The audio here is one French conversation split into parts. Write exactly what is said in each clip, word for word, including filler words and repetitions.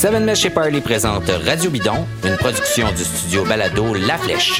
Seven Mesh chez Parley présente Radio Bidon, une production du studio Balado La Flèche.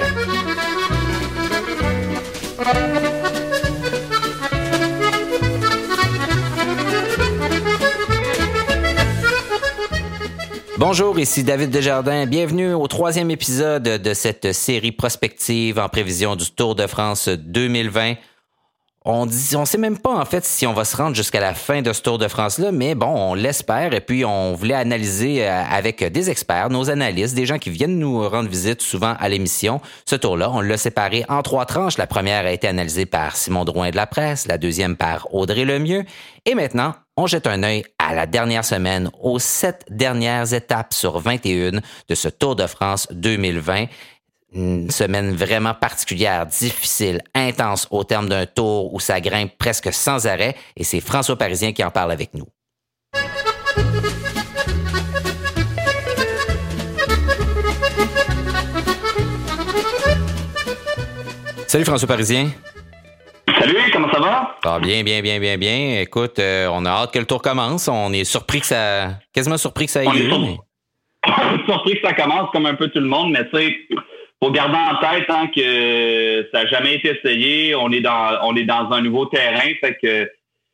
Bonjour, ici David Desjardins. Bienvenue au troisième épisode de cette série prospective en prévision du Tour de France deux mille vingt. On dit, on sait même pas en fait si on va se rendre jusqu'à la fin de ce Tour de France-là, mais bon, on l'espère et puis on voulait analyser avec des experts, nos analystes, des gens qui viennent nous rendre visite souvent à l'émission. Ce tour-là, on l'a séparé en trois tranches. La première a été analysée par Simon Drouin de la Presse, la deuxième par Audrey Lemieux et maintenant, on jette un œil à la dernière semaine, aux sept dernières étapes sur vingt et une de ce Tour de France deux mille vingt. Une semaine vraiment particulière, difficile, intense au terme d'un tour où ça grimpe presque sans arrêt et c'est François Parisien qui en parle avec nous. Salut François Parisien. Salut, comment ça va? Ah, bien, bien, bien, bien, bien. Écoute, euh, on a hâte que le tour commence. On est surpris que ça... quasiment surpris que ça ait lieu. Sur... Mais... on est surpris que ça commence comme un peu tout le monde, mais tu sais... faut garder en tête hein, que ça n'a jamais été essayé. On est dans on est dans un nouveau terrain. Fait que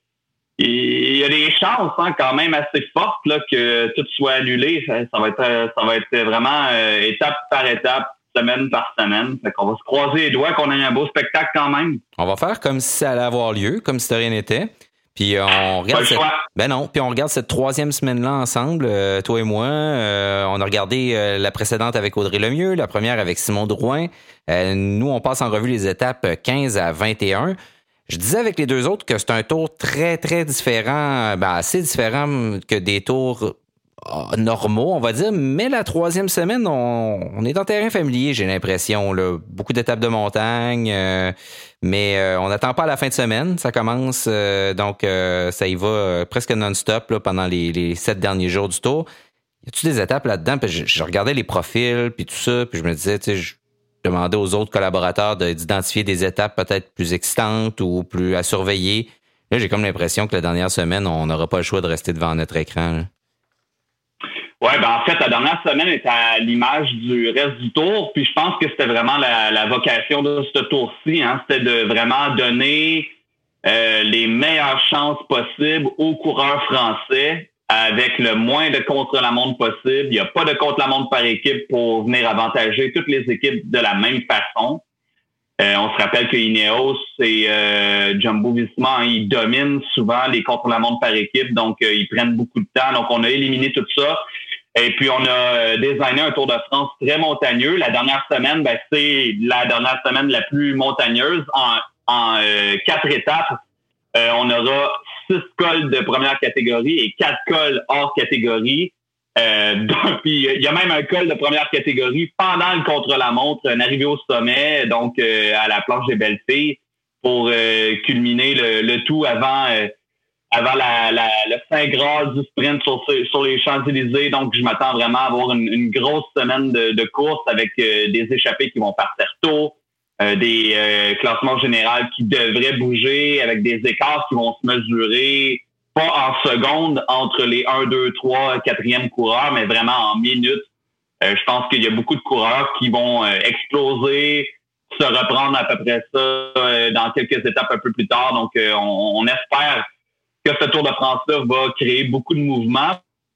il y a des chances hein, quand même assez fortes là, que tout soit annulé. Ça, ça va être ça va être vraiment euh, étape par étape, semaine par semaine. Fait qu'on va se croiser les doigts qu'on ait un beau spectacle quand même. On va faire comme si ça allait avoir lieu, comme si de rien n'était. Puis on regarde cette... ben non, puis on regarde cette troisième semaine-là ensemble, euh, toi et moi. Euh, on a regardé euh, la précédente avec Audrey Lemieux, la première avec Simon Drouin. Euh, nous, on passe en revue les étapes quinze à vingt et un. Je disais avec les deux autres que c'est un tour très, très différent, ben assez différent que des tours normaux, on va dire. Mais la troisième semaine, on, on est en terrain familier, j'ai l'impression. Là. Beaucoup d'étapes de montagne, euh, mais euh, on n'attend pas à la fin de semaine. Ça commence, euh, donc euh, ça y va euh, presque non-stop là, pendant les, les sept derniers jours du tour. Y a-tu des étapes là-dedans? Puis je, je regardais les profils, puis tout ça, puis je me disais, tu sais, je demandais aux autres collaborateurs de, d'identifier des étapes peut-être plus excitantes ou plus à surveiller. Là, j'ai comme l'impression que la dernière semaine, on n'aura pas le choix de rester devant notre écran. Là. Ouais, ben en fait, la dernière semaine est à l'image du reste du tour, puis je pense que c'était vraiment la, la vocation de ce tour-ci, hein, c'était de vraiment donner euh, les meilleures chances possibles aux coureurs français avec le moins de contre-la-montre possible. Il n'y a pas de contre-la-montre par équipe pour venir avantager toutes les équipes de la même façon. Euh, on se rappelle que Ineos et euh, Jumbo-Visma, hein, ils dominent souvent les contre-la-montre par équipe, donc euh, ils prennent beaucoup de temps. Donc, on a éliminé tout ça. Et puis, on a designé un Tour de France très montagneux. La dernière semaine, ben, c'est la dernière semaine la plus montagneuse. En, en euh, quatre étapes, euh, on aura six cols de première catégorie et quatre cols hors catégorie. Euh, donc, puis, il y a même un col de première catégorie pendant le contre-la-montre, une arrivée au sommet, donc euh, à la planche des Belles Filles, pour euh, culminer le, le tout avant... Euh, avant la, la, le Saint Graal du sprint sur, sur les Champs-Élysées. Donc, je m'attends vraiment à avoir une, une grosse semaine de, de course avec euh, des échappées qui vont partir tôt, euh, des euh, classements généraux qui devraient bouger avec des écarts qui vont se mesurer, pas en secondes entre les un, deux, trois, quatrième coureurs, mais vraiment en minutes. Euh, je pense qu'il y a beaucoup de coureurs qui vont euh, exploser, se reprendre à peu près ça euh, dans quelques étapes un peu plus tard. Donc, euh, on, on espère que ce Tour de France-là va créer beaucoup de mouvements.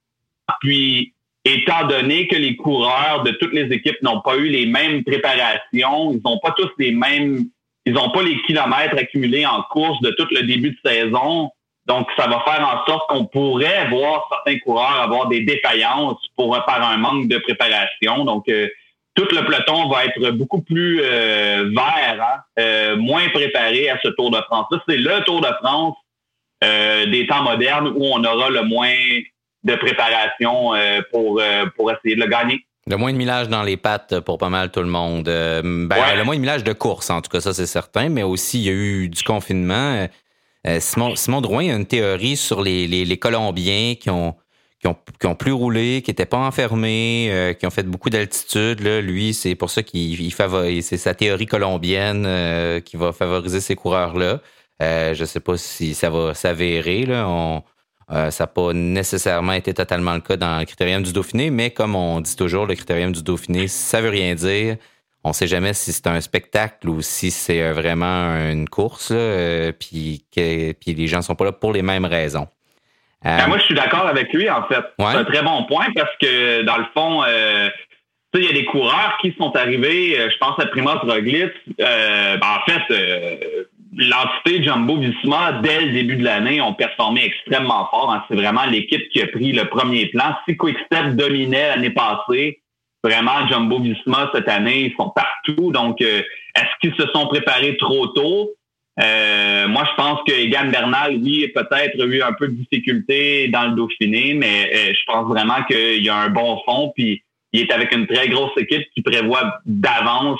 Puis, étant donné que les coureurs de toutes les équipes n'ont pas eu les mêmes préparations, ils n'ont pas tous les mêmes, ils n'ont pas les kilomètres accumulés en course de tout le début de saison. Donc, ça va faire en sorte qu'on pourrait voir certains coureurs avoir des défaillances pour par un manque de préparation. Donc, euh, tout le peloton va être beaucoup plus euh, vert, hein, euh, moins préparé à ce Tour de France. Ça, c'est le Tour de France Euh, des temps modernes où on aura le moins de préparation euh, pour euh, pour essayer de le gagner. Le moins de millage dans les pattes pour pas mal tout le monde. Euh, ben, ouais. Le moins de millage de course, en tout cas, ça c'est certain, mais aussi il y a eu du confinement. Euh, Simon, Simon Drouin a une théorie sur les, les, les Colombiens qui ont, qui, ont, qui ont plus roulé, qui n'étaient pas enfermés, euh, qui ont fait beaucoup d'altitude. Là. Lui, c'est pour ça qu'il il favorise, c'est sa théorie colombienne euh, qui va favoriser ces coureurs-là. Euh, je sais pas si ça va s'avérer. Là. On, Euh, ça n'a pas nécessairement été totalement le cas dans le Critérium du Dauphiné, mais comme on dit toujours, le Critérium du Dauphiné, ça veut rien dire. On ne sait jamais si c'est un spectacle ou si c'est vraiment une course, euh, puis que puis les gens ne sont pas là pour les mêmes raisons. Euh, ben moi, je suis d'accord avec lui, en fait. Ouais. C'est un très bon point parce que, dans le fond, euh, il y a des coureurs qui sont arrivés, euh, je pense à Primož Roglič. Euh, ben, en fait, euh, l'entité Jumbo-Visma, dès le début de l'année, ont performé extrêmement fort. Hein. C'est vraiment l'équipe qui a pris le premier plan. Si Quick-Step dominait l'année passée, vraiment, Jumbo-Visma, cette année, ils sont partout. Donc, euh, est-ce qu'ils se sont préparés trop tôt? Euh, moi, je pense que Egan Bernal, lui, peut-être eu un peu de difficulté dans le Dauphiné, mais euh, je pense vraiment qu'il y a un bon fond, puis il est avec une très grosse équipe qui prévoit d'avance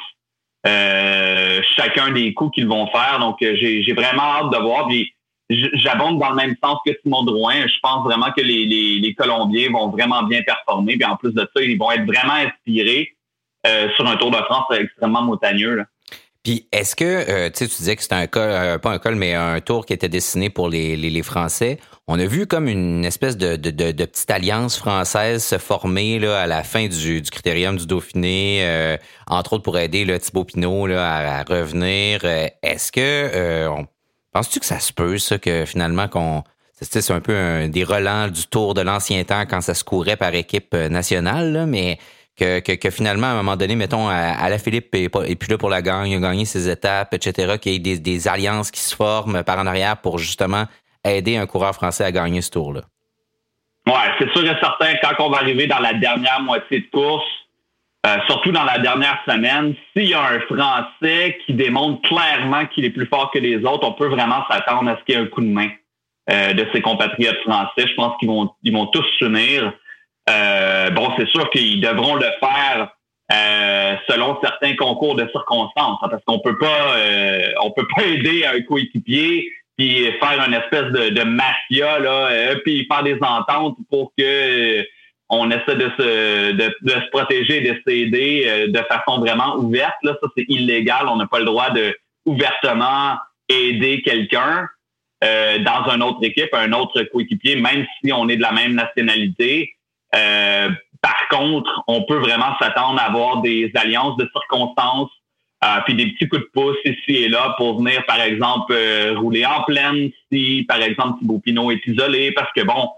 euh, chacun des coups qu'ils vont faire. Donc, euh, j'ai, j'ai vraiment hâte de voir. Puis, j'abonde dans le même sens que Simon Drouin. Je pense vraiment que les, les, les Colombiens vont vraiment bien performer. Puis, en plus de ça, ils vont être vraiment inspirés euh, sur un Tour de France extrêmement montagneux, là. Puis, est-ce que, euh, tu sais, tu disais que c'était un col, euh, pas un col, mais un tour qui était destiné pour les, les, les Français. On a vu comme une espèce de, de, de, de petite alliance française se former là, à la fin du, du Critérium du Dauphiné, euh, entre autres pour aider là, Thibaut Pinot là, à, à revenir. Euh, est-ce que, euh, on, penses-tu que ça se peut, ça, que finalement, qu'on c'est, c'est un peu un, des relents du Tour de l'ancien temps quand ça se courait par équipe nationale, là, mais... Que, que, que finalement, à un moment donné, mettons, Alaphilippe est, est plus là pour la gagne, il a gagné ses étapes, et cetera, qu'il y ait des, des alliances qui se forment par en arrière pour justement aider un coureur français à gagner ce tour-là. Ouais, c'est sûr et certain, quand on va arriver dans la dernière moitié de course, euh, surtout dans la dernière semaine, s'il y a un Français qui démontre clairement qu'il est plus fort que les autres, on peut vraiment s'attendre à ce qu'il y ait un coup de main euh, de ses compatriotes français. Je pense qu'ils vont, ils vont tous s'unir. Euh, bon, c'est sûr qu'ils devront le faire euh, selon certains concours de circonstances, hein, parce qu'on peut pas, euh, on peut pas aider un coéquipier puis faire une espèce de, de mafia là, euh, puis faire des ententes pour que euh, on essaie de se, de, de se protéger, de s'aider euh, de façon vraiment ouverte. Là, ça c'est illégal. On n'a pas le droit de ouvertement aider quelqu'un euh, dans une autre équipe, un autre coéquipier, même si on est de la même nationalité. Euh, par contre, on peut vraiment s'attendre à avoir des alliances de circonstances euh, puis des petits coups de pouce ici et là pour venir, par exemple, euh, rouler en plaine si, par exemple, Thibaut Pinot est isolé. Parce que, bon,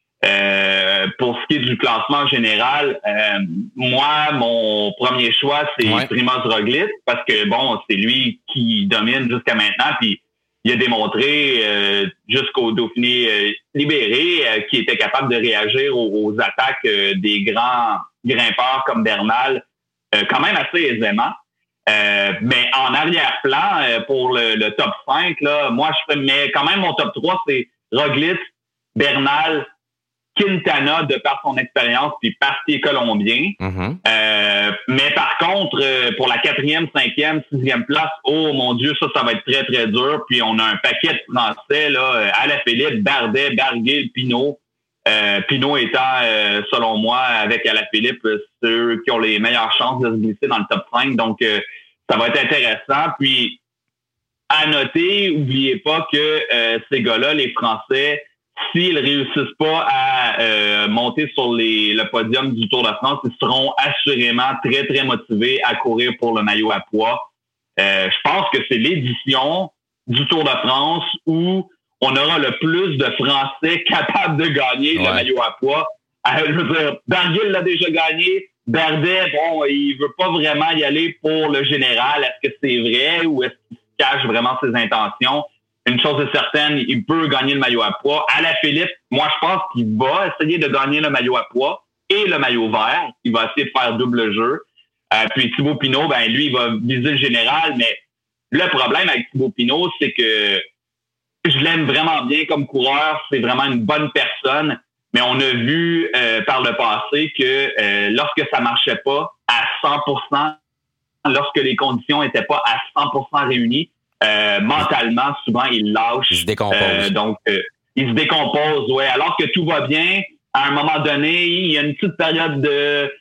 euh, pour ce qui est du classement général, euh, moi, mon premier choix, c'est ouais. Primož Roglič parce que, bon, c'est lui qui domine jusqu'à maintenant. Puis, il a démontré euh, jusqu'au Dauphiné euh, libéré euh, qu'il était capable de réagir aux, aux attaques euh, des grands grimpeurs comme Bernal euh, quand même assez aisément. Euh, mais en arrière-plan, euh, pour le, le top cinq, là, moi, je mets quand même mon top trois, c'est Roglič, Bernal, Quintana, de par son expérience, puis parce qu'il est colombien. Mm-hmm. Euh, mais par contre, euh, pour la quatrième, cinquième, sixième place, oh mon Dieu, ça, ça va être très, très dur. Puis on a un paquet de Français, là, Alaphilippe, Bardet, Barguil, Pinot. Euh, Pinot étant, euh, selon moi, avec Alaphilippe, ceux qui ont les meilleures chances de se glisser dans le top cinq. Donc, euh, ça va être intéressant. Puis, à noter, oubliez pas que euh, ces gars-là, les Français, s'ils réussissent pas à euh, monter sur les, le podium du Tour de France, ils seront assurément très, très motivés à courir pour le maillot à poids. Euh, je pense que c'est l'édition du Tour de France où on aura le plus de Français capables de gagner ouais. le maillot à poids. Euh, je veux dire, Barguil l'a déjà gagné. Bardet, bon, il veut pas vraiment y aller pour le général. Est-ce que c'est vrai ou est-ce qu'il cache vraiment ses intentions? Une chose est certaine, il peut gagner le maillot à poids. Alaphilippe, moi, je pense qu'il va essayer de gagner le maillot à poids et le maillot vert. Il va essayer de faire double jeu. Euh, puis Thibaut Pinot, ben lui, il va viser le général. Mais le problème avec Thibaut Pinot, c'est que je l'aime vraiment bien comme coureur. C'est vraiment une bonne personne. Mais on a vu euh, par le passé que euh, lorsque ça marchait pas à cent pour cent, lorsque les conditions étaient pas à cent pour cent réunies, Euh, mentalement, souvent, il lâche. Il se décompose. Euh, donc, euh, il se décompose, ouais. Alors que tout va bien, à un moment donné, il y a une petite période de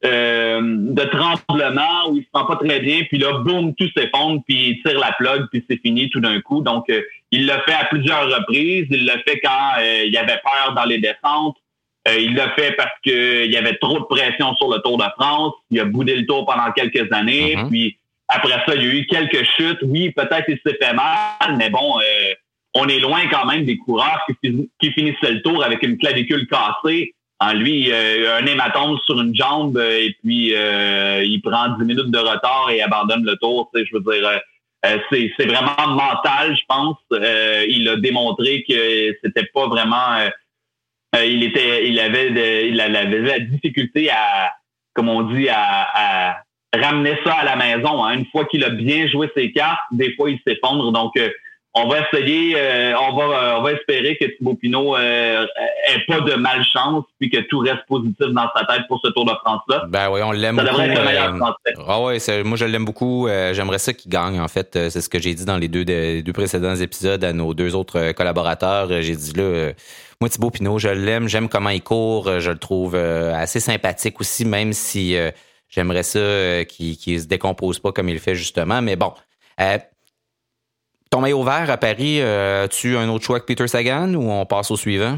euh, de tremblement où il se sent pas très bien, puis là, boum, tout s'effondre, puis il tire la plug, puis c'est fini tout d'un coup. Donc, euh, il l'a fait à plusieurs reprises. Il l'a fait quand euh, il avait peur dans les descentes. Euh, il l'a fait parce que il y avait trop de pression sur le Tour de France. Il a boudé le Tour pendant quelques années. Mm-hmm. Puis après ça, il y a eu quelques chutes. Oui, peut-être il s'est fait mal, mais bon, euh, on est loin quand même des coureurs qui, qui finissaient le Tour avec une clavicule cassée. En lui, il a un hématome sur une jambe et puis euh, il prend dix minutes de retard et abandonne le Tour. Tu sais, je veux dire, euh, c'est, c'est vraiment mental, je pense. Euh, il a démontré que c'était pas vraiment... Euh, Euh, il était, il avait, de, il avait la difficulté à, comme on dit, à, à ramener ça à la maison. Hein. Une fois qu'il a bien joué ses cartes, des fois il s'effondre. Donc, euh, on va essayer, euh, on va, euh, on va espérer que Thibaut Pinot euh, ait pas de malchance, puis que tout reste positif dans sa tête pour ce Tour de France-là. Ben oui, on l'aime ça beaucoup. Ça devrait être le meilleur français. Ah ouais, c'est, moi je l'aime beaucoup. Euh, j'aimerais ça qu'il gagne. En fait, c'est ce que j'ai dit dans les deux, de, deux précédents épisodes à nos deux autres collaborateurs. J'ai dit là. Euh, Moi, Thibaut Pinot, je l'aime, j'aime comment il court, je le trouve euh, assez sympathique aussi, même si euh, j'aimerais ça euh, qu'il, qu'il se décompose pas comme il le fait justement. Mais bon, euh, ton maillot vert à Paris, euh, as-tu un autre choix que Peter Sagan ou on passe au suivant?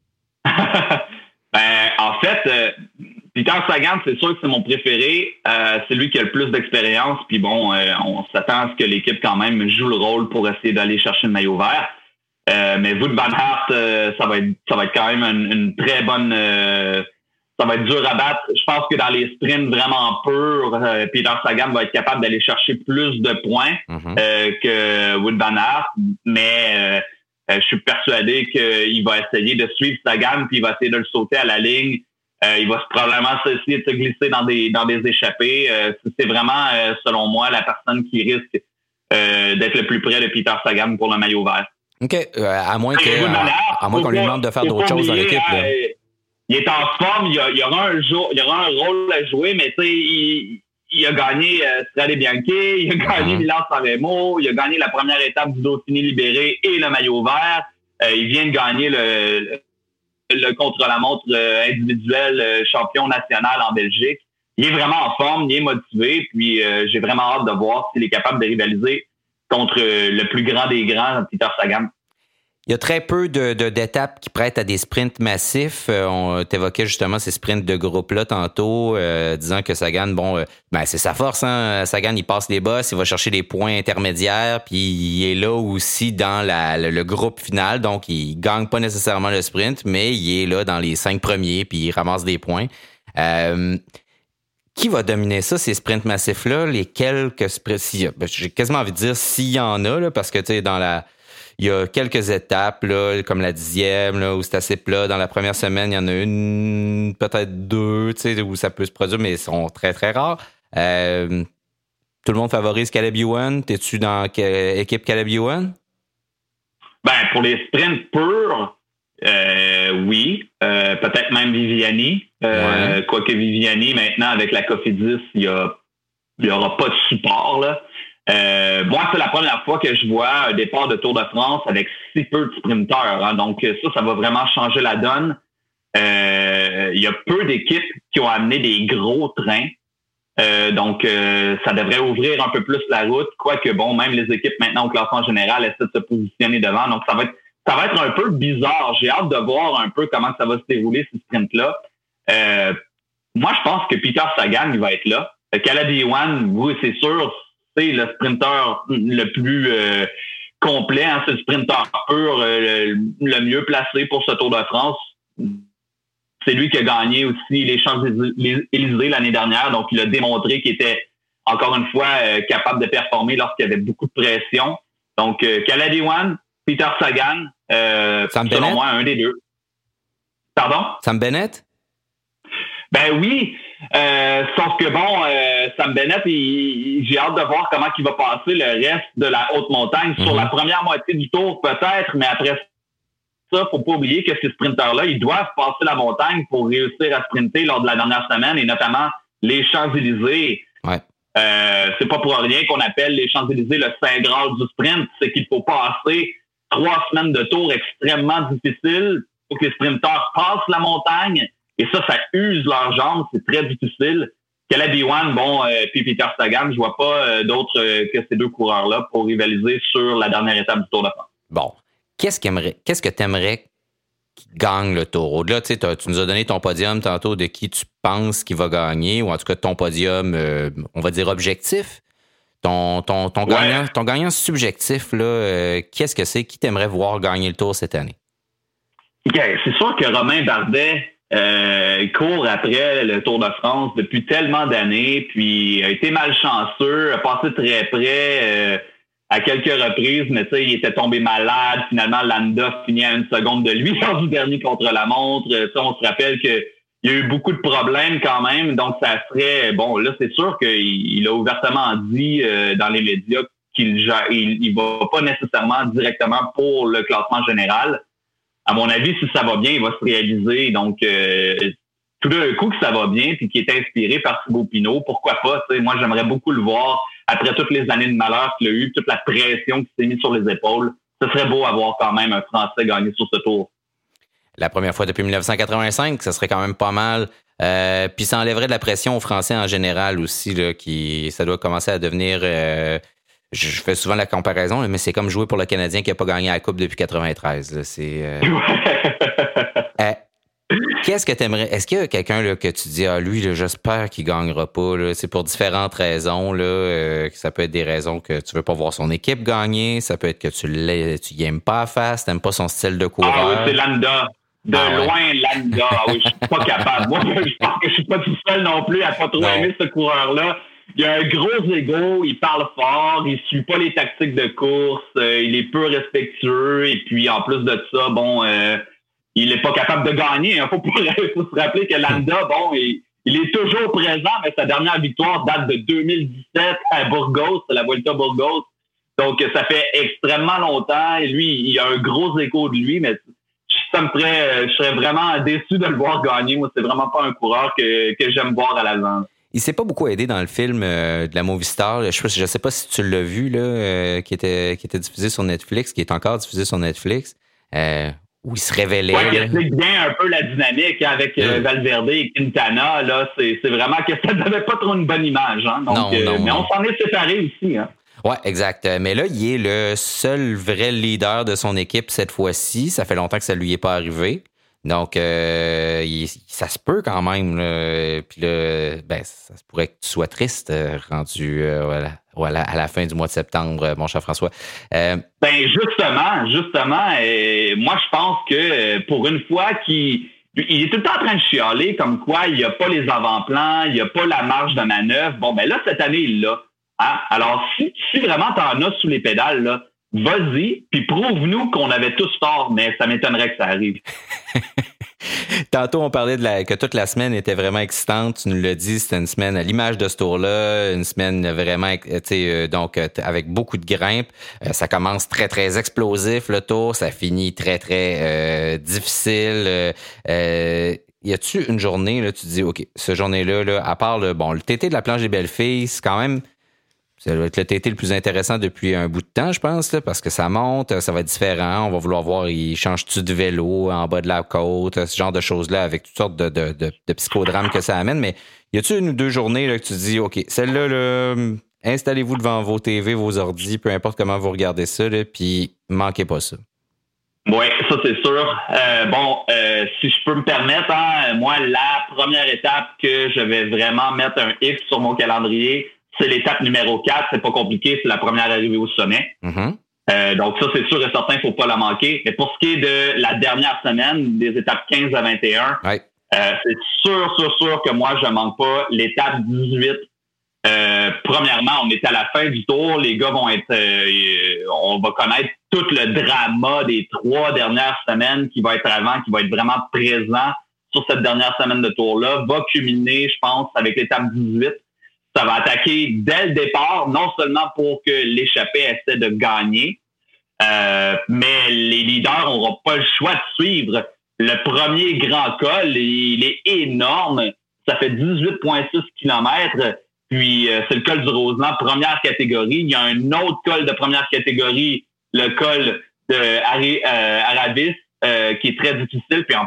ben, en fait, euh, Peter Sagan, c'est sûr que c'est mon préféré. Euh, c'est lui qui a le plus d'expérience. Puis bon, euh, on s'attend à ce que l'équipe quand même joue le rôle pour essayer d'aller chercher le maillot vert. Euh, mais Wout van Aert, euh, ça va être ça va être quand même une, une très bonne euh, ça va être dur à battre. Je pense que dans les sprints vraiment purs, euh, Peter Sagan va être capable d'aller chercher plus de points mm-hmm. euh, que Wout van Aert, mais euh, je suis persuadé qu'il va essayer de suivre Sagan puis il va essayer de le sauter à la ligne. Euh, il va probablement essayer de se glisser dans des dans des échappées. Euh, c'est vraiment, euh, selon moi, la personne qui risque euh, d'être le plus près de Peter Sagan pour le maillot vert. OK. Euh, à moins, que, à, à moins qu'on lui demande de faire d'autres choses dans l'équipe. Là. Euh, il est en forme, il y, a, il, y aura un jour, il y aura un rôle à jouer, mais tu sais, il, il a gagné euh, Strade Bianche, il a gagné mm-hmm. Milan-San Remo, il a gagné la première étape du Dauphiné libéré et le maillot vert. Euh, il vient de gagner le, le, le contre-la-montre euh, individuel euh, champion national en Belgique. Il est vraiment en forme, il est motivé, puis euh, j'ai vraiment hâte de voir s'il est capable de rivaliser contre le plus grand des grands, Peter Sagan. Il y a très peu de, de, d'étapes qui prêtent à des sprints massifs. Euh, on t'évoquait justement ces sprints de groupe-là tantôt, euh, disant que Sagan, bon, euh, ben c'est sa force. Hein? Sagan, il passe les bosses, il va chercher des points intermédiaires, puis il est là aussi dans la, le, le groupe final. Donc, il gagne pas nécessairement le sprint, mais il est là dans les cinq premiers, puis il ramasse des points. Euh, Qui va dominer ça, ces sprints massifs-là? Les quelques sprints... Ben, j'ai quasiment envie de dire s'il y en a, là, parce que, tu sais, dans la... Il y a quelques étapes, là, comme la dixième, là, où c'est assez plat. Dans la première semaine, il y en a une, peut-être deux, tu sais, où ça peut se produire, mais ils sont très, très rares. Euh, tout le monde favorise Caleb Ewan. T'es-tu dans quelle équipe Caleb Ewan? Ben, pour les sprints purs, Euh, oui, euh, peut-être même Viviani. Euh, ouais. Quoique Viviani, maintenant, avec la Cofidis, il y a, il y aura pas de support, là. Euh, moi, c'est la première fois que je vois un départ de Tour de France avec si peu de sprinteurs. Hein. Donc, ça, ça va vraiment changer la donne. Euh, il y a peu d'équipes qui ont amené des gros trains. Euh, donc, euh, ça devrait ouvrir un peu plus la route. Quoique, bon, même les équipes maintenant au classement général essaient de se positionner devant. Donc, ça va être Ça va être un peu bizarre. J'ai hâte de voir un peu comment ça va se dérouler, ce sprint-là. Euh, moi, je pense que Peter Sagan, il va être là. Caleb Ewan, oui, c'est sûr, c'est le sprinter le plus euh, complet. Hein, c'est le sprinter pur, euh, le, le mieux placé pour ce Tour de France. C'est lui qui a gagné aussi les Champs-Élysées l'année dernière. Donc, il a démontré qu'il était, encore une fois, euh, capable de performer lorsqu'il y avait beaucoup de pression. Donc, euh, Caleb Ewan, Peter Sagan, euh, Sam selon Bennett? moi, un des deux. Pardon? Sam Bennett? Ben oui, euh, sauf que bon, euh, Sam Bennett, il, il, j'ai hâte de voir comment il va passer le reste de la haute montagne. Mm-hmm. Sur la première moitié du tour, peut-être, mais après ça, faut pas oublier que ces sprinteurs-là, ils doivent passer la montagne pour réussir à sprinter lors de la dernière semaine, et notamment les Champs-Élysées. Ouais. Euh, c'est pas pour rien qu'on appelle les Champs-Élysées le Saint Graal du sprint, c'est qu'il faut passer trois semaines de tour extrêmement difficiles pour que les sprinteurs passent la montagne Et ça, ça use leurs jambes. C'est très difficile. Caleb Ewan, bon, euh, puis Peter Sagan, je vois pas euh, d'autres euh, que ces deux coureurs-là pour rivaliser sur la dernière étape du Tour de France. Bon. Qu'est-ce, qu'est-ce que tu aimerais qui gagne le Tour? Au-delà, tu nous as donné ton podium tantôt de qui tu penses qui va gagner, ou en tout cas ton podium, euh, on va dire objectif. Ton, ton, ton, ouais. gagnant, ton gagnant subjectif, là, euh, qu'est-ce que c'est? Qui t'aimerait voir gagner le Tour cette année? Okay, c'est sûr que Romain Bardet euh, court après le Tour de France depuis tellement d'années, puis a été malchanceux, a passé très près euh, à quelques reprises, mais tu sais, il était tombé malade. Finalement, Landa finit à une seconde de lui lors du dernier contre-la-montre. Ça, on se rappelle que il y a eu beaucoup de problèmes quand même, donc ça serait... Bon, là, c'est sûr qu'il il a ouvertement dit euh, dans les médias qu'il il, il va pas nécessairement directement pour le classement général. À mon avis, si ça va bien, il va se réaliser. Donc, euh, tout d'un coup que ça va bien puis qu'il est inspiré par Thibaut Pinot, pourquoi pas? T'sais, moi, j'aimerais beaucoup le voir après toutes les années de malheur qu'il a eu, toute la pression qui s'est mise sur les épaules. Ce serait beau avoir quand même un Français gagner sur ce Tour. La première fois depuis dix-neuf cent quatre-vingt-cinq, ça serait quand même pas mal. Euh, puis ça enlèverait de la pression aux Français en général aussi, là, qui ça doit commencer à devenir... Euh, je fais souvent la comparaison, mais c'est comme jouer pour le Canadien qui n'a pas gagné la Coupe depuis quatre-vingt-treize. Là, c'est, euh... euh, qu'est-ce que tu aimerais... Est-ce qu'il y a quelqu'un là, que tu dis, ah lui, là, j'espère qu'il ne gagnera pas? Là. C'est pour différentes raisons. Là, euh, ça peut être des raisons que tu veux pas voir son équipe gagner. Ça peut être que tu ne tu aimes pas à face, tu n'aimes pas son style de coureur. Ah oui, c'est Landa. De ah ouais. loin, Landa. Ah oui, je suis pas capable. Moi, je pense que je suis pas tout seul non plus à pas trop non. aimer ce coureur-là. Il a un gros ego, il parle fort, il suit pas les tactiques de course, euh, il est peu respectueux, et puis en plus de ça, bon, euh, il est pas capable de gagner. Hein. Faut, faut se rappeler que Landa, bon, il, il est toujours présent, mais sa dernière victoire date de deux mille dix-sept à Burgos, c'est la Vuelta Burgos. Donc, ça fait extrêmement longtemps, et lui, il a un gros écho de lui, mais ça me ferait, je serais vraiment déçu de le voir gagner. Moi, c'est vraiment pas un coureur que, que j'aime voir à l'avant. Il s'est pas beaucoup aidé dans le film euh, de la Movistar. Je ne sais pas si tu l'as vu, là, euh, qui était qui était diffusé sur Netflix, qui est encore diffusé sur Netflix, euh, où il se révélait. Oui, il explique bien un peu la dynamique avec euh, oui. Valverde et Quintana. Là, c'est, c'est vraiment que ça n'avait pas trop une bonne image. Hein? Donc, non, euh, non, mais non. on s'en est séparés aussi. Hein? Oui, exact. Mais là, il est le seul vrai leader de son équipe cette fois-ci. Ça fait longtemps que ça lui est pas arrivé. Donc, euh, il, ça se peut quand même. Là. Puis là, ben, ça se pourrait que tu sois triste euh, rendu euh, voilà, voilà, à la fin du mois de septembre, mon cher François. Euh, ben justement, justement, euh, moi je pense que pour une fois qu'il il est tout le temps en train de chialer comme quoi il n'y a pas les avant-plans, il n'y a pas la marge de manœuvre. Bon, ben là, cette année, il l'a. Hein? Alors, si, si vraiment tu en as sous les pédales, là, vas-y, puis prouve-nous qu'on avait tous tort, mais ça m'étonnerait que ça arrive. Tantôt, on parlait de la, que toute la semaine était vraiment excitante. Tu nous l'as dit, c'était une semaine à l'image de ce tour-là, une semaine vraiment, tu sais, euh, donc avec beaucoup de grimpes. Euh, ça commence très, très explosif, le tour. Ça finit très, très euh, difficile. Euh, euh, y a-tu une journée, là, tu te dis, OK, cette journée-là, là, à part le, bon, le T T de la planche des belles filles, c'est quand même... Ça va être le T T le plus intéressant depuis un bout de temps, je pense, là, parce que ça monte, ça va être différent. On va vouloir voir, il change-tu de vélo en bas de la côte, ce genre de choses-là, avec toutes sortes de, de, de, de psychodrames que ça amène. Mais y a-tu une ou deux journées là, que tu te dis, OK, celle-là, là, installez-vous devant vos T V, vos ordi, peu importe comment vous regardez ça, là, puis manquez pas ça. Oui, ça c'est sûr. Euh, bon, euh, si je peux me permettre, hein, moi, la première étape que je vais vraiment mettre un X sur mon calendrier, c'est l'étape numéro quatre. C'est pas compliqué, c'est la première arrivée au sommet. Mm-hmm. Euh, donc ça, c'est sûr et certain, il faut pas la manquer. Mais pour ce qui est de la dernière semaine, des étapes quinze à vingt et un, ouais. euh, c'est sûr, sûr, sûr que moi, je manque pas l'étape dix-huit. Euh, premièrement, on est à la fin du tour. Les gars vont être... Euh, on va connaître tout le drama des trois dernières semaines qui va être avant, qui va être vraiment présent sur cette dernière semaine de tour-là. Va culminer, je pense, avec l'étape dix-huit. Ça va attaquer dès le départ, non seulement pour que l'échappée essaie de gagner, euh, mais les leaders n'auront pas le choix de suivre. Le premier grand col, il est énorme. Ça fait dix-huit virgule six kilomètres. Puis, euh, c'est le col du Roseland, première catégorie. Il y a un autre col de première catégorie, le col de Ari, euh, Aravis, euh, qui est très difficile. Puis, en plus,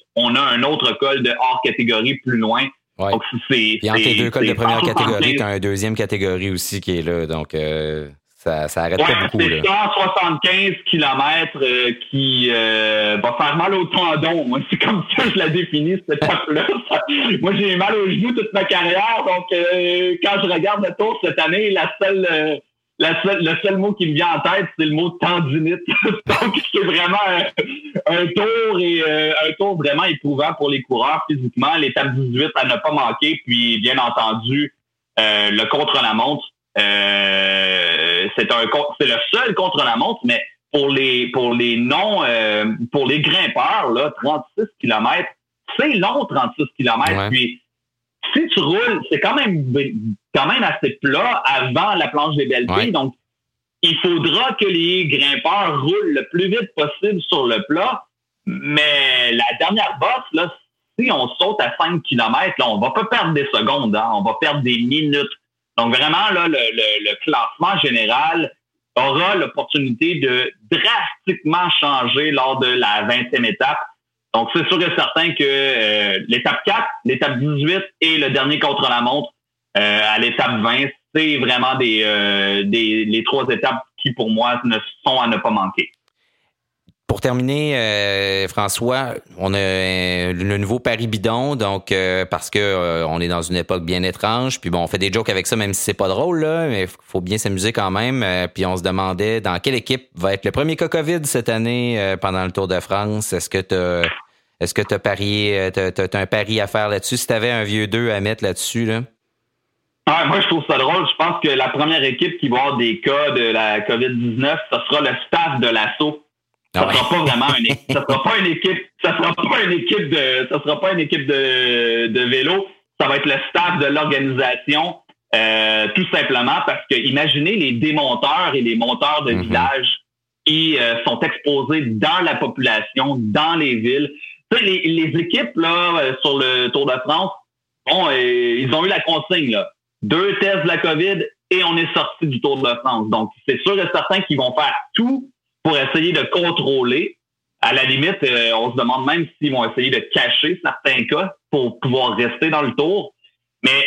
on a un autre col de hors catégorie plus loin. Ouais. Donc, c'est, Puis entre les deux cols de première catégorie, tu as un deuxième catégorie aussi qui est là. Donc, euh, ça, ça arrête ouais, pas beaucoup. C'est cent soixante-quinze kilomètres euh, qui euh, va faire mal au tendon. Moi, c'est comme ça que je la définis, cette étape-là. Moi, j'ai eu mal aux genoux toute ma carrière. Donc, euh, quand je regarde le tour cette année, la seule... Euh, La seule, le seul mot qui me vient en tête, c'est le mot tendinite. Donc, c'est vraiment un, un tour et euh, un tour vraiment éprouvant pour les coureurs physiquement. L'étape dix-huit à ne pas manquer. Puis, bien entendu, euh, le contre-la-montre. Euh, c'est un c'est le seul contre-la-montre, mais pour les pour les non euh, pour les grimpeurs, là, trente-six kilomètres, c'est long, trente-six kilomètres. Ouais. Puis si tu roules, c'est quand même quand même assez plat avant la planche des belles filles. Ouais. Donc, il faudra que les grimpeurs roulent le plus vite possible sur le plat. Mais la dernière bosse, là, si on saute à cinq kilomètres, là, on va pas perdre des secondes, hein, on va perdre des minutes. Donc, vraiment, là, le, le, le classement général aura l'opportunité de drastiquement changer lors de la vingtième étape. Donc, c'est sûr et certain que euh, l'étape quatre, l'étape dix-huit et le dernier contre-la-montre euh, à l'étape vingt, c'est vraiment des, euh, des les trois étapes qui, pour moi, ne sont à ne pas manquer. Pour terminer, euh, François, on a euh, le nouveau Paris bidon, donc euh, parce que euh, on est dans une époque bien étrange, puis bon, on fait des jokes avec ça, même si c'est pas drôle, là, mais faut bien s'amuser quand même. Euh, puis on se demandait dans quelle équipe va être le premier cas COVID cette année euh, pendant le Tour de France. Est-ce que t'as, est-ce que t'as parié, t'as, t'as, t'as un pari à faire là-dessus? Si t'avais un vieux deux à mettre là-dessus, là. Ah, moi, je trouve ça drôle. Je pense que la première équipe qui va avoir des cas de la COVID dix-neuf, ce sera le staff de l'assaut. Ça ne sera pas vraiment une équipe. Ça sera pas une équipe. Ça sera pas une équipe de. Ça sera pas une équipe de, de vélo. Ça va être le staff de l'organisation, euh, tout simplement parce que imaginez les démonteurs et les monteurs de mm-hmm. villages qui euh, sont exposés dans la population, dans les villes. Tu sais, les, les équipes là sur le Tour de France, bon, euh, ils ont eu la consigne là. Deux tests de la COVID et on est sorti du Tour de France. Donc c'est sûr et certain qu'ils vont faire tout pour essayer de contrôler. À la limite, euh, on se demande même s'ils vont essayer de cacher certains cas pour pouvoir rester dans le tour. Mais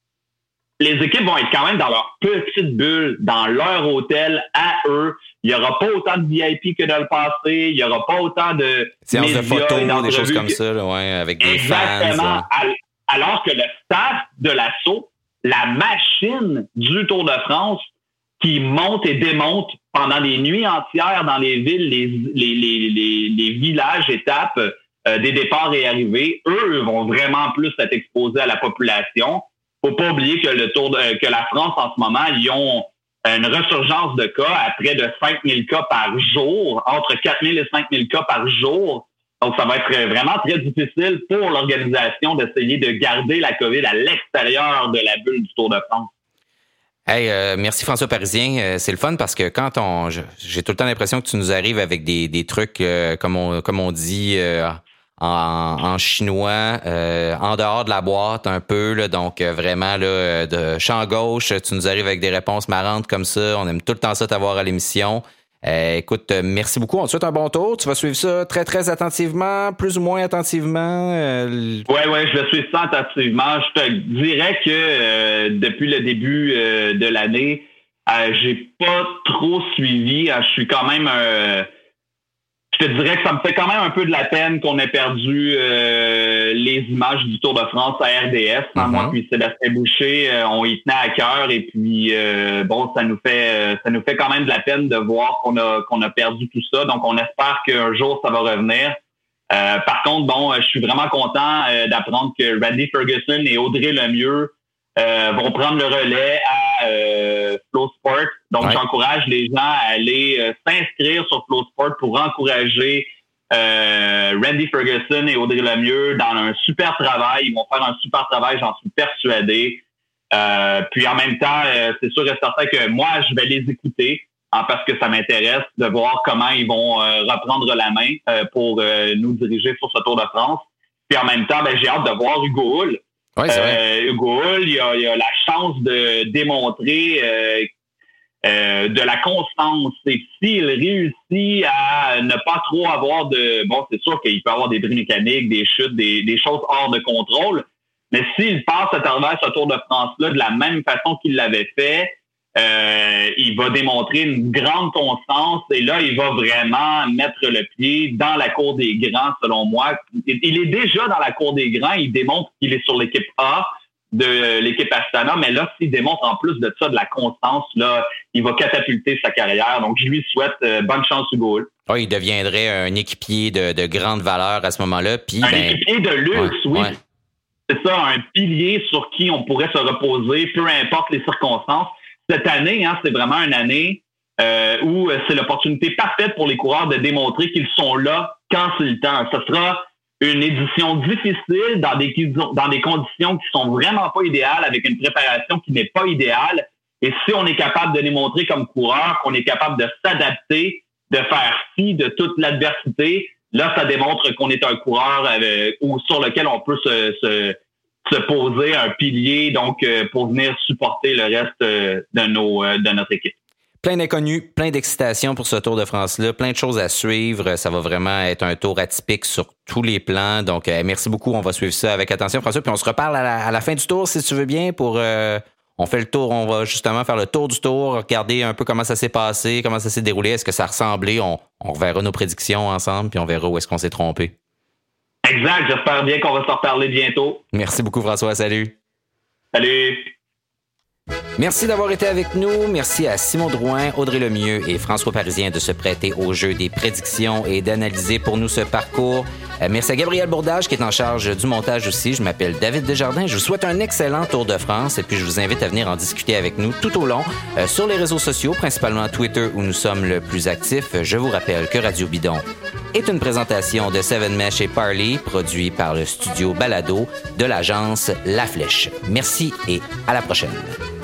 les équipes vont être quand même dans leur petite bulle, dans leur hôtel, à eux. Il n'y aura pas autant de V I P que dans le passé. Il n'y aura pas autant de séances de photos, des choses comme que... ça, là, ouais, avec des Exactement. fans. Ouais. Alors que le staff de l'assaut, la machine du Tour de France, qui monte et démonte pendant des nuits entières dans les villes, les, les, les, les, les villages, étapes, euh, des départs et arrivées, eux vont vraiment plus être exposés à la population. Faut pas oublier que le Tour de, que la France, en ce moment, ils ont une resurgence de cas à près de cinq mille cas par jour, entre quatre mille et cinq mille cas par jour. Donc, ça va être vraiment très difficile pour l'organisation d'essayer de garder la COVID à l'extérieur de la bulle du Tour de France. Hey, euh, merci François Parisien. Euh, c'est le fun parce que quand on, j'ai tout le temps l'impression que tu nous arrives avec des, des trucs euh, comme on, comme on dit euh, en, en chinois, euh, en dehors de la boîte un peu. Là, donc euh, vraiment là, de champ gauche, tu nous arrives avec des réponses marrantes comme ça. On aime tout le temps ça t'avoir à l'émission. Euh, écoute, euh, merci beaucoup. On te souhaite un bon tour. Tu vas suivre ça très, très attentivement, plus ou moins attentivement. Euh... Oui, oui, je vais suivre ça attentivement. Je te dirais que euh, depuis le début euh, de l'année, euh, j'ai pas trop suivi. Euh, je suis quand même un... Je te dirais que ça me fait quand même un peu de la peine qu'on ait perdu euh, les images du Tour de France à R D S. Mm-hmm. Moi puis Sébastien Boucher, euh, on y tenait à cœur et puis euh, bon, ça nous fait euh, ça nous fait quand même de la peine de voir qu'on a qu'on a perdu tout ça. Donc on espère qu'un jour ça va revenir. Euh, par contre, bon, je suis vraiment content euh, d'apprendre que Randy Ferguson et Audrey Lemieux euh, vont prendre le relais à euh, Flow Sport. Donc, ouais. J'encourage les gens à aller euh, s'inscrire sur Flow Sport pour encourager euh, Randy Ferguson et Audrey Lemieux dans un super travail. Ils vont faire un super travail, j'en suis persuadé. Euh, puis en même temps, euh, c'est sûr et certain que moi, je vais les écouter hein, parce que ça m'intéresse de voir comment ils vont euh, reprendre la main euh, pour euh, nous diriger sur ce Tour de France. Puis en même temps, ben, j'ai hâte de voir Hugo Hull. Ouais, c'est vrai. Euh, Hugo Hull, il a, il a la chance de démontrer euh, euh, de la constance. Et s'il réussit à ne pas trop avoir de... Bon, c'est sûr qu'il peut avoir des bris mécaniques, des chutes, des, des choses hors de contrôle, mais s'il passe à travers ce Tour de France-là de la même façon qu'il l'avait fait, euh, il va démontrer une grande constance et là, il va vraiment mettre le pied dans la cour des grands, selon moi. Il est déjà dans la cour des grands, il démontre qu'il est sur l'équipe A de l'équipe Astana, mais là, s'il démontre en plus de ça de la constance, là, il va catapulter sa carrière. Donc, je lui souhaite euh, bonne chance, Hugo. Oh, il deviendrait un équipier de, de grande valeur à ce moment-là. Puis, un ben, équipier de luxe, ouais, oui. Ouais. C'est ça, un pilier sur qui on pourrait se reposer, peu importe les circonstances. Cette année, hein, c'est vraiment une année euh, où c'est l'opportunité parfaite pour les coureurs de démontrer qu'ils sont là quand c'est le temps. Ce sera une édition difficile dans des, dans des conditions qui sont vraiment pas idéales, avec une préparation qui n'est pas idéale. Et si on est capable de démontrer comme coureur qu'on est capable de s'adapter, de faire fi de toute l'adversité, là, ça démontre qu'on est un coureur euh, ou sur lequel on peut se, se, se poser un pilier, donc euh, pour venir supporter le reste euh, de nos euh, de notre équipe. Plein d'inconnus, plein d'excitation pour ce Tour de France-là, plein de choses à suivre. Ça va vraiment être un tour atypique sur tous les plans. Donc, euh, merci beaucoup. On va suivre ça avec attention, François. Puis on se reparle à la, à la fin du tour, si tu veux bien, pour... Euh, on fait le tour, on va justement faire le tour du tour, regarder un peu comment ça s'est passé, comment ça s'est déroulé, est-ce que ça a ressemblé. On, on reverra nos prédictions ensemble, puis on verra où est-ce qu'on s'est trompé. Exact. J'espère bien qu'on va s'en reparler bientôt. Merci beaucoup, François. Salut. Salut. Merci d'avoir été avec nous. Merci à Simon Drouin, Audrey Lemieux et François Parisien de se prêter au jeu des prédictions et d'analyser pour nous ce parcours. Merci à Gabriel Bourdage qui est en charge du montage aussi. Je m'appelle David Desjardins. Je vous souhaite un excellent Tour de France et puis je vous invite à venir en discuter avec nous tout au long euh, sur les réseaux sociaux, principalement Twitter où nous sommes le plus actifs. Je vous rappelle que Radio Bidon est une présentation de Seven Mesh et Parley, produit par le studio Balado de l'agence La Flèche. Merci et à la prochaine.